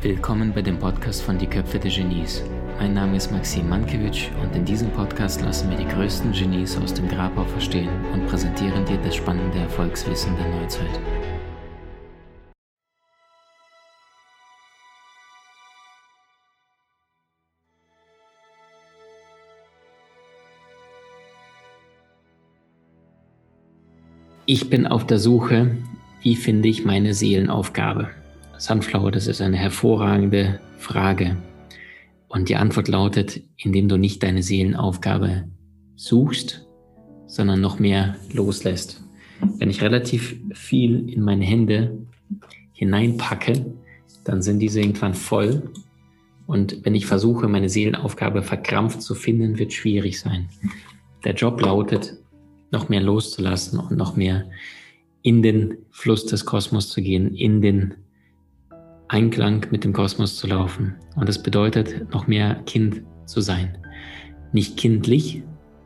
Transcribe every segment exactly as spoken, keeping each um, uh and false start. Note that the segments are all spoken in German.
Willkommen bei dem Podcast von Die Köpfe der Genies. Mein Name ist Maxim Mankewitsch und in diesem Podcast lassen wir die größten Genies aus dem Grabau verstehen und präsentieren dir das spannende Erfolgswissen der Neuzeit. Ich bin auf der Suche, wie finde ich meine Seelenaufgabe? Sunflower, das ist eine hervorragende Frage. Und die Antwort lautet, indem du nicht deine Seelenaufgabe suchst, sondern noch mehr loslässt. Wenn ich relativ viel in meine Hände hineinpacke, dann sind diese irgendwann voll. Und wenn ich versuche, meine Seelenaufgabe verkrampft zu finden, wird es schwierig sein. Der Job lautet, noch mehr loszulassen und noch mehr in den Fluss des Kosmos zu gehen, in den Einklang mit dem Kosmos zu laufen. Und das bedeutet, noch mehr Kind zu sein. Nicht kindlich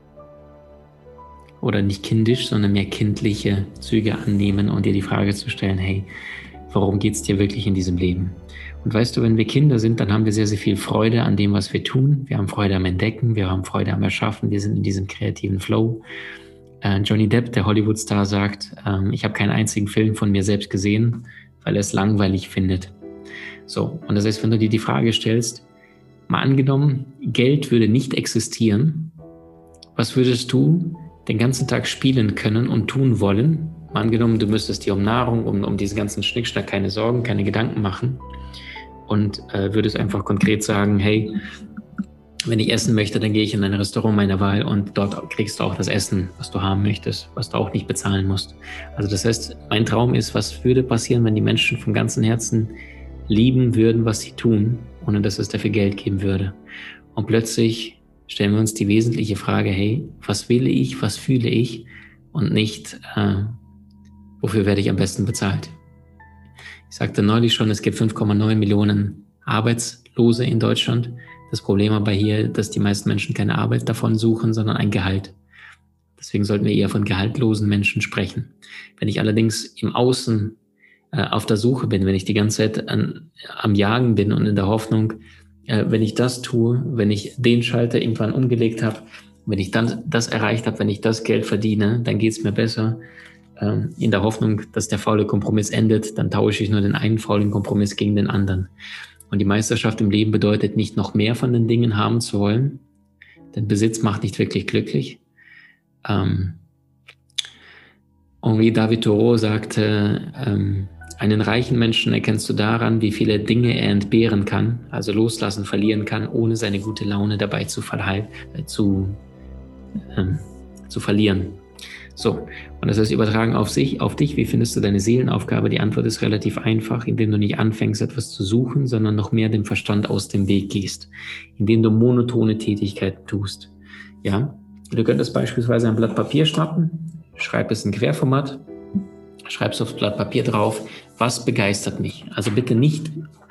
oder nicht kindisch, sondern mehr kindliche Züge annehmen und dir die Frage zu stellen, hey, warum geht es dir wirklich in diesem Leben? Und weißt du, wenn wir Kinder sind, dann haben wir sehr, sehr viel Freude an dem, was wir tun. Wir haben Freude am Entdecken, wir haben Freude am Erschaffen, wir sind in diesem kreativen Flow. Äh, Johnny Depp, der Hollywood-Star, sagt, ähm, ich habe keinen einzigen Film von mir selbst gesehen, weil er es langweilig findet. So, und das heißt, wenn du dir die Frage stellst, mal angenommen, Geld würde nicht existieren, was würdest du den ganzen Tag spielen können und tun wollen? Mal angenommen, du müsstest dir um Nahrung, um, um diesen ganzen Schnickschnack keine Sorgen, keine Gedanken machen und äh, würdest einfach konkret sagen, hey, wenn ich essen möchte, dann gehe ich in ein Restaurant meiner Wahl und dort kriegst du auch das Essen, was du haben möchtest, was du auch nicht bezahlen musst. Also das heißt, mein Traum ist, was würde passieren, wenn die Menschen vom ganzen Herzen lieben würden, was sie tun, ohne dass es dafür Geld geben würde. Und plötzlich stellen wir uns die wesentliche Frage, hey, was will ich, was fühle ich und nicht, äh, wofür werde ich am besten bezahlt? Ich sagte neulich schon, es gibt fünf Komma neun Millionen Arbeitslose in Deutschland. Das Problem aber hier, dass die meisten Menschen keine Arbeit davon suchen, sondern ein Gehalt. Deswegen sollten wir eher von gehaltlosen Menschen sprechen. Wenn ich allerdings im Außen auf der Suche bin, wenn ich die ganze Zeit an, am Jagen bin und in der Hoffnung, äh, wenn ich das tue, wenn ich den Schalter irgendwann umgelegt habe, wenn ich dann das erreicht habe, wenn ich das Geld verdiene, dann geht es mir besser. Ähm, in der Hoffnung, dass der faule Kompromiss endet, dann tausche ich nur den einen faulen Kompromiss gegen den anderen. Und die Meisterschaft im Leben bedeutet nicht noch mehr von den Dingen haben zu wollen, denn Besitz macht nicht wirklich glücklich. Ähm, Henri David Thoreau sagte, ähm, einen reichen Menschen erkennst du daran, wie viele Dinge er entbehren kann, also loslassen, verlieren kann, ohne seine gute Laune dabei zu, verhal- äh, zu, ähm, zu verlieren. So, und das heißt, übertragen auf sich, auf dich, wie findest du deine Seelenaufgabe? Die Antwort ist relativ einfach, indem du nicht anfängst, etwas zu suchen, sondern noch mehr dem Verstand aus dem Weg gehst, indem du monotone Tätigkeiten tust. Ja, du könntest beispielsweise ein Blatt Papier schnappen, schreib es in Querformat, schreibst aufs Blatt Papier drauf, was begeistert mich? Also bitte nicht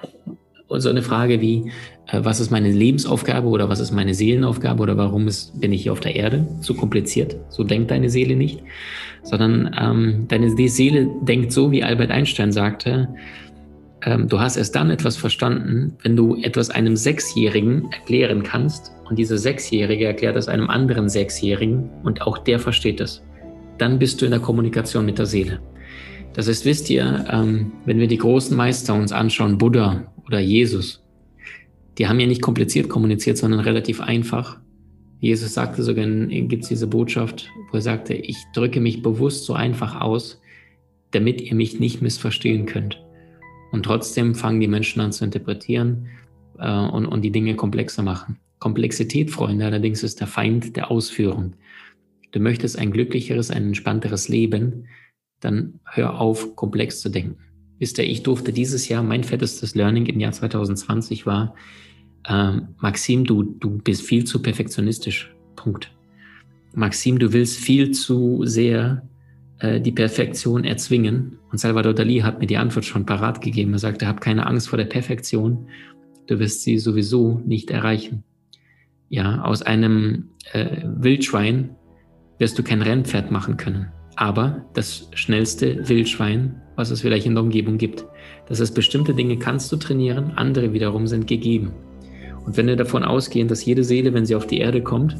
so eine Frage wie, äh, was ist meine Lebensaufgabe oder was ist meine Seelenaufgabe oder warum ist, bin ich hier auf der Erde? So kompliziert, so denkt deine Seele nicht, sondern ähm, deine Seele denkt so, wie Albert Einstein sagte, ähm, du hast erst dann etwas verstanden, wenn du etwas einem Sechsjährigen erklären kannst und dieser Sechsjährige erklärt es einem anderen Sechsjährigen und auch der versteht es. Dann bist du in der Kommunikation mit der Seele. Das heißt, wisst ihr, ähm, wenn wir die großen Meister uns anschauen, Buddha oder Jesus, die haben ja nicht kompliziert kommuniziert, sondern relativ einfach. Jesus sagte sogar, gibt es diese Botschaft, wo er sagte, ich drücke mich bewusst so einfach aus, damit ihr mich nicht missverstehen könnt. Und trotzdem fangen die Menschen an zu interpretieren äh, und, und die Dinge komplexer machen. Komplexität, Freunde, allerdings ist der Feind der Ausführung. Du möchtest ein glücklicheres, ein entspannteres Leben, dann hör auf, komplex zu denken. Wisst ihr, ich durfte dieses Jahr, mein fettestes Learning im Jahr zwanzig zwanzig war, ähm, Maxim, du, du bist viel zu perfektionistisch. Punkt. Maxim, du willst viel zu sehr äh, die Perfektion erzwingen. Und Salvador Dalí hat mir die Antwort schon parat gegeben. Er sagte, hab keine Angst vor der Perfektion, du wirst sie sowieso nicht erreichen. Ja, aus einem äh, Wildschwein wirst du kein Rennpferd machen können. Aber das schnellste Wildschwein was es vielleicht in der Umgebung gibt. Das heißt, bestimmte Dinge kannst du trainieren, andere wiederum sind gegeben. Und wenn wir davon ausgehen, dass jede Seele, wenn sie auf die Erde kommt,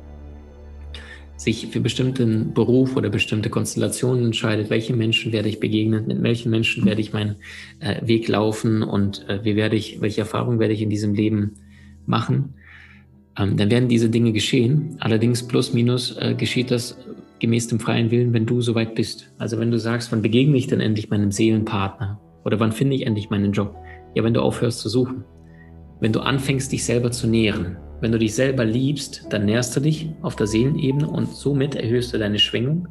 sich für bestimmten Beruf oder bestimmte Konstellationen entscheidet, welche Menschen werde ich begegnen, mit welchen Menschen werde ich meinen äh, Weg laufen und äh, wie werde ich, welche Erfahrungen werde ich in diesem Leben machen, ähm, dann werden diese Dinge geschehen. Allerdings plus minus äh, geschieht das gemäß dem freien Willen, wenn du soweit bist. Also wenn du sagst, wann begegne ich denn endlich meinem Seelenpartner oder wann finde ich endlich meinen Job? Ja, wenn du aufhörst zu suchen. Wenn du anfängst, dich selber zu nähren. Wenn du dich selber liebst, dann nährst du dich auf der Seelenebene und somit erhöhst du deine Schwingung.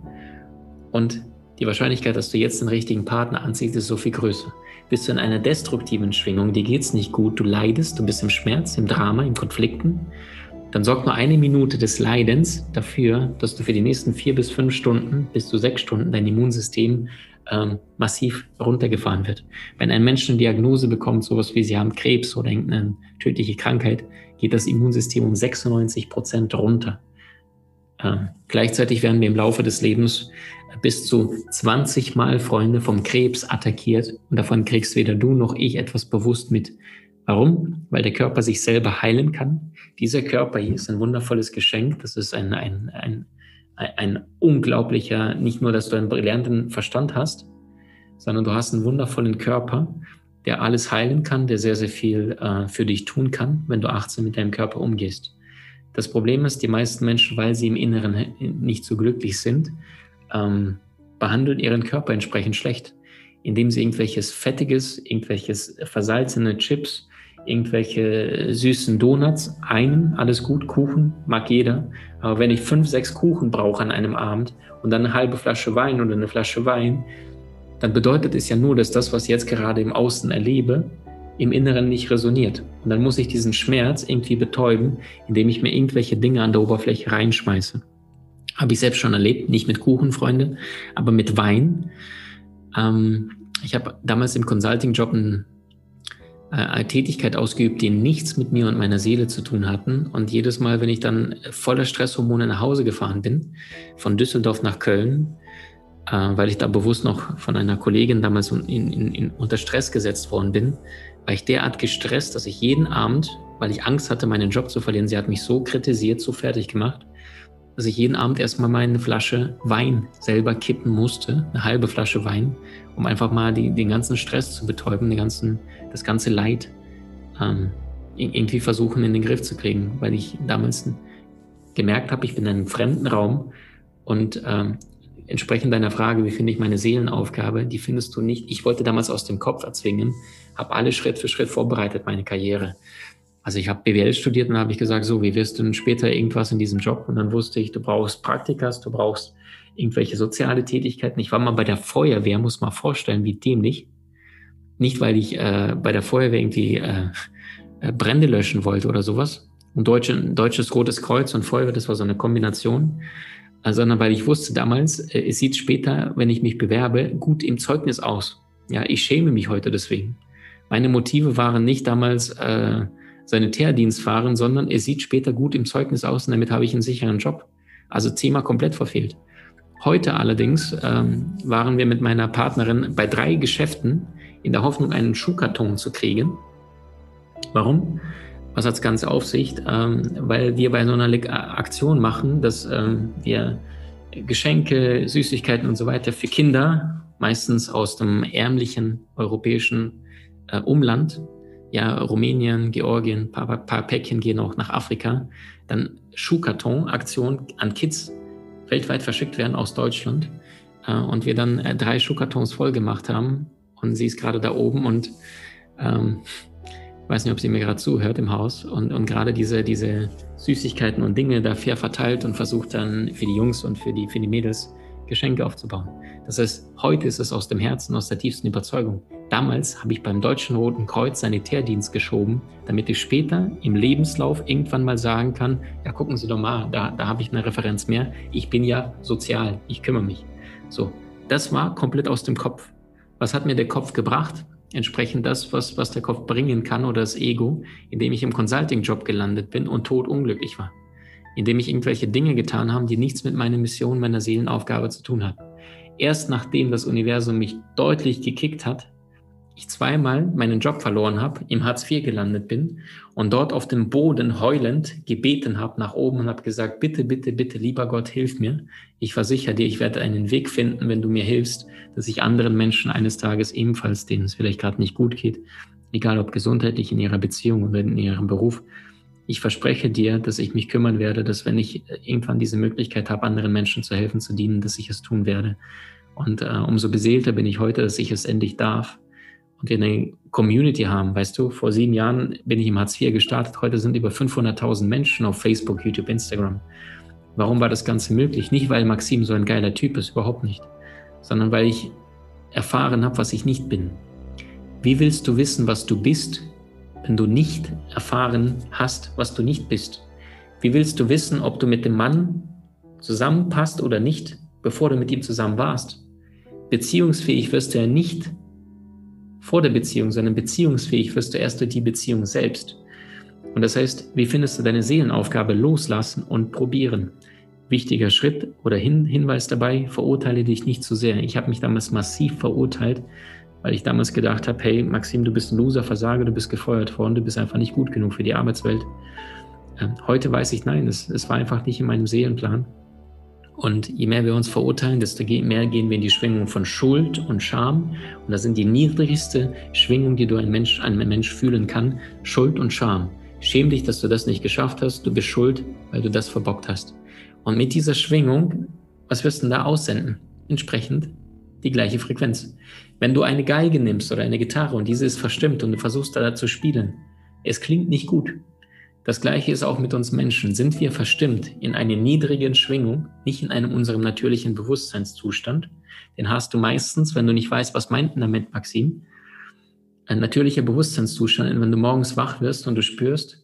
Und die Wahrscheinlichkeit, dass du jetzt den richtigen Partner anziehst, ist so viel größer. Bist du in einer destruktiven Schwingung, dir geht es nicht gut, du leidest, du bist im Schmerz, im Drama, in Konflikten, dann sorgt nur eine Minute des Leidens dafür, dass du für die nächsten vier bis fünf Stunden, bis zu sechs Stunden dein Immunsystem ähm, massiv runtergefahren wird. Wenn ein Mensch eine Diagnose bekommt, sowas wie sie haben Krebs oder irgendeine tödliche Krankheit, geht das Immunsystem um sechsundneunzig Prozent runter. Ähm, gleichzeitig werden wir im Laufe des Lebens bis zu zwanzig Mal, Freunde, vom Krebs attackiert und davon kriegst weder du noch ich etwas bewusst mit. Warum? Weil der Körper sich selber heilen kann. Dieser Körper hier ist ein wundervolles Geschenk. Das ist ein, ein, ein, ein unglaublicher, nicht nur, dass du einen brillanten Verstand hast, sondern du hast einen wundervollen Körper, der alles heilen kann, der sehr, sehr viel äh, für dich tun kann, wenn du achtsam mit deinem Körper umgehst. Das Problem ist, die meisten Menschen, weil sie im Inneren nicht so glücklich sind, ähm, behandeln ihren Körper entsprechend schlecht, indem sie irgendwelches Fettiges, irgendwelches versalzene Chips, irgendwelche süßen Donuts, einen, alles gut, Kuchen, mag jeder, aber wenn ich fünf, sechs Kuchen brauche an einem Abend und dann eine halbe Flasche Wein oder eine Flasche Wein, dann bedeutet es ja nur, dass das, was ich jetzt gerade im Außen erlebe, im Inneren nicht resoniert. Und dann muss ich diesen Schmerz irgendwie betäuben, indem ich mir irgendwelche Dinge an der Oberfläche reinschmeiße. Habe ich selbst schon erlebt, nicht mit Kuchen, Freunde, aber mit Wein. Ähm, ich habe damals im Consulting-Job ein eine Tätigkeit ausgeübt, die nichts mit mir und meiner Seele zu tun hatten. Und jedes Mal, wenn ich dann voller Stresshormone nach Hause gefahren bin, von Düsseldorf nach Köln, äh, weil ich da bewusst noch von einer Kollegin damals in, in, in, unter Stress gesetzt worden bin, war ich derart gestresst, dass ich jeden Abend, weil ich Angst hatte, meinen Job zu verlieren, sie hat mich so kritisiert, so fertig gemacht, dass ich jeden Abend erstmal meine Flasche Wein selber kippen musste, eine halbe Flasche Wein, um einfach mal die, den ganzen Stress zu betäuben, den ganzen, das ganze Leid ähm, irgendwie versuchen in den Griff zu kriegen, weil ich damals gemerkt habe, ich bin in einem fremden Raum und ähm, entsprechend deiner Frage, wie finde ich meine Seelenaufgabe, die findest du nicht. Ich wollte damals aus dem Kopf erzwingen, habe alles Schritt für Schritt vorbereitet, meine Karriere. Also ich habe B W L studiert und habe ich gesagt, so, wie wirst du denn später irgendwas in diesem Job? Und dann wusste ich, du brauchst Praktikas, du brauchst irgendwelche soziale Tätigkeiten. Ich war mal bei der Feuerwehr, muss mal vorstellen, wie dämlich. Nicht, weil ich äh, bei der Feuerwehr irgendwie äh, äh, Brände löschen wollte oder sowas. Und Deutsche, Deutsches Rotes Kreuz und Feuerwehr, das war so eine Kombination. Äh, sondern weil ich wusste damals, äh, es sieht später, wenn ich mich bewerbe, gut im Zeugnis aus. Ja, ich schäme mich heute deswegen. Meine Motive waren nicht damals äh, Sanitärdienst fahren, sondern es sieht später gut im Zeugnis aus und damit habe ich einen sicheren Job. Also Thema komplett verfehlt. Heute allerdings ähm, waren wir mit meiner Partnerin bei drei Geschäften in der Hoffnung, einen Schuhkarton zu kriegen. Warum? Was hat es ganz auf sich? Ähm, weil wir bei so einer Aktion machen, dass ähm, wir Geschenke, Süßigkeiten und so weiter für Kinder, meistens aus dem ärmlichen europäischen äh, Umland, ja, Rumänien, Georgien, ein paar, paar Päckchen gehen auch nach Afrika, dann Schuhkarton-Aktion an Kids weltweit verschickt werden aus Deutschland äh, und wir dann äh, drei Schuhkartons voll gemacht haben und sie ist gerade da oben und ähm, ich weiß nicht, ob sie mir gerade zuhört im Haus und, und gerade diese, diese Süßigkeiten und Dinge da fair verteilt und versucht dann für die Jungs und für die, für die Mädels Geschenke aufzubauen. Das heißt, heute ist es aus dem Herzen, aus der tiefsten Überzeugung. Damals habe ich beim Deutschen Roten Kreuz Sanitärdienst geschoben, damit ich später im Lebenslauf irgendwann mal sagen kann, ja, gucken Sie doch mal, da, da habe ich eine Referenz mehr. Ich bin ja sozial, ich kümmere mich. So, das war komplett aus dem Kopf. Was hat mir der Kopf gebracht? Entsprechend das, was, was der Kopf bringen kann oder das Ego, indem ich im Consulting-Job gelandet bin und todunglücklich war. Indem ich irgendwelche Dinge getan habe, die nichts mit meiner Mission, meiner Seelenaufgabe zu tun hatten. erst nachdem das Universum mich deutlich gekickt hat, ich zweimal meinen Job verloren habe, im Hartz vier gelandet bin und dort auf dem Boden heulend gebeten habe nach oben und habe gesagt, bitte, bitte, bitte, lieber Gott, hilf mir. Ich versichere dir, ich werde einen Weg finden, wenn du mir hilfst, dass ich anderen Menschen eines Tages ebenfalls, denen es vielleicht gerade nicht gut geht, egal ob gesundheitlich, in ihrer Beziehung oder in ihrem Beruf, ich verspreche dir, dass ich mich kümmern werde, dass wenn ich irgendwann diese Möglichkeit habe, anderen Menschen zu helfen, zu dienen, dass ich es tun werde. Und äh, umso beseelter bin ich heute, dass ich es endlich darf. Und wir eine Community haben, weißt du, vor sieben Jahren bin ich im Hartz vier gestartet, heute sind über fünfhunderttausend Menschen auf Facebook, YouTube, Instagram. Warum war das Ganze möglich? Nicht, weil Maxim so ein geiler Typ ist, überhaupt nicht, sondern weil ich erfahren habe, was ich nicht bin. Wie willst du wissen, was du bist, wenn du nicht erfahren hast, was du nicht bist? Wie willst du wissen, ob du mit dem Mann zusammenpasst oder nicht, bevor du mit ihm zusammen warst? Beziehungsfähig wirst du ja nicht vor der Beziehung, sondern beziehungsfähig wirst du erst durch die Beziehung selbst. Und das heißt, wie findest du deine Seelenaufgabe? Loslassen und probieren. Wichtiger Schritt oder Hin- Hinweis dabei, verurteile dich nicht zu sehr. Ich habe mich damals massiv verurteilt, weil ich damals gedacht habe, hey Maxim, du bist ein Loser, Versager, du bist gefeuert worden, du bist einfach nicht gut genug für die Arbeitswelt. Ähm, heute weiß ich, nein, es, es war einfach nicht in meinem Seelenplan. Und je mehr wir uns verurteilen, desto mehr gehen wir in die Schwingung von Schuld und Scham. Und das sind die niedrigste Schwingung, die du ein Mensch, ein Mensch fühlen kann. Schuld und Scham. Schäm dich, dass du das nicht geschafft hast. Du bist schuld, weil du das verbockt hast. Und mit dieser Schwingung, was wirst du denn da aussenden? Entsprechend die gleiche Frequenz. Wenn du eine Geige nimmst oder eine Gitarre und diese ist verstimmt und du versuchst da zu spielen, es klingt nicht gut. Das Gleiche ist auch mit uns Menschen. Sind wir verstimmt in einer niedrigen Schwingung, nicht in einem unserem natürlichen Bewusstseinszustand, den hast du meistens, wenn du nicht weißt, was meint denn damit Maxim, ein natürlicher Bewusstseinszustand, wenn du morgens wach wirst und du spürst,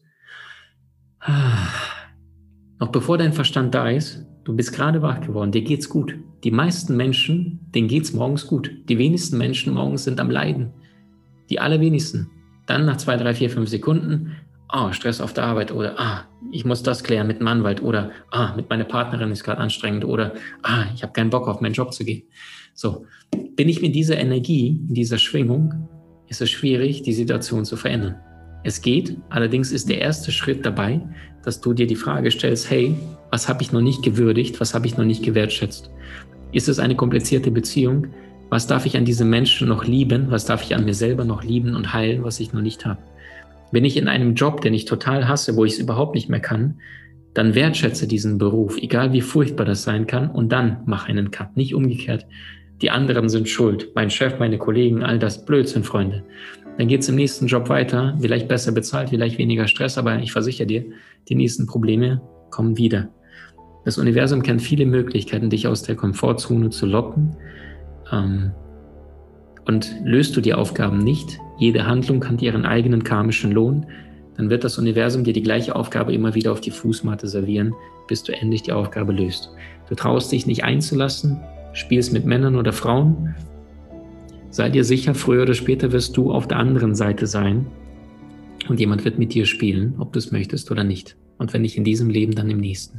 noch bevor dein Verstand da ist, du bist gerade wach geworden, dir geht's gut. Die meisten Menschen, denen geht's morgens gut. Die wenigsten Menschen morgens sind am Leiden. Die allerwenigsten. Dann nach zwei, drei, vier, fünf Sekunden, ah, oh, Stress auf der Arbeit oder ah, ich muss das klären mit dem Anwalt oder ah, mit meiner Partnerin ist gerade anstrengend oder ah, ich habe keinen Bock auf meinen Job zu gehen. So, bin ich mit dieser Energie, in dieser Schwingung, ist es schwierig, die Situation zu verändern. Es geht, allerdings ist der erste Schritt dabei, dass du dir die Frage stellst, hey, was habe ich noch nicht gewürdigt, was habe ich noch nicht gewertschätzt? Ist es eine komplizierte Beziehung? Was darf ich an diesem Menschen noch lieben? Was darf ich an mir selber noch lieben und heilen, was ich noch nicht habe? Bin ich in einem Job, den ich total hasse, wo ich es überhaupt nicht mehr kann, dann wertschätze diesen Beruf, egal wie furchtbar das sein kann, und dann mach einen Cut, nicht umgekehrt. Die anderen sind schuld, mein Chef, meine Kollegen, all das Blödsinn, Freunde. Dann geht es im nächsten Job weiter, vielleicht besser bezahlt, vielleicht weniger Stress, aber ich versichere dir, die nächsten Probleme kommen wieder. Das Universum kennt viele Möglichkeiten, dich aus der Komfortzone zu locken. Ähm, und löst du die Aufgaben nicht, jede Handlung hat ihren eigenen karmischen Lohn, dann wird das Universum dir die gleiche Aufgabe immer wieder auf die Fußmatte servieren, bis du endlich die Aufgabe löst. Du traust dich nicht einzulassen, spielst mit Männern oder Frauen. Sei dir sicher, früher oder später wirst du auf der anderen Seite sein und jemand wird mit dir spielen, ob du es möchtest oder nicht. Und wenn nicht in diesem Leben, dann im nächsten.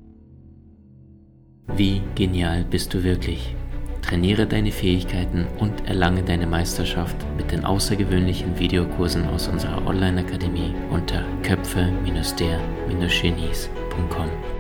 Wie genial bist du wirklich? Trainiere deine Fähigkeiten und erlange deine Meisterschaft mit den außergewöhnlichen Videokursen aus unserer Online-Akademie unter köpfe Bindestrich der Bindestrich genies Punkt com.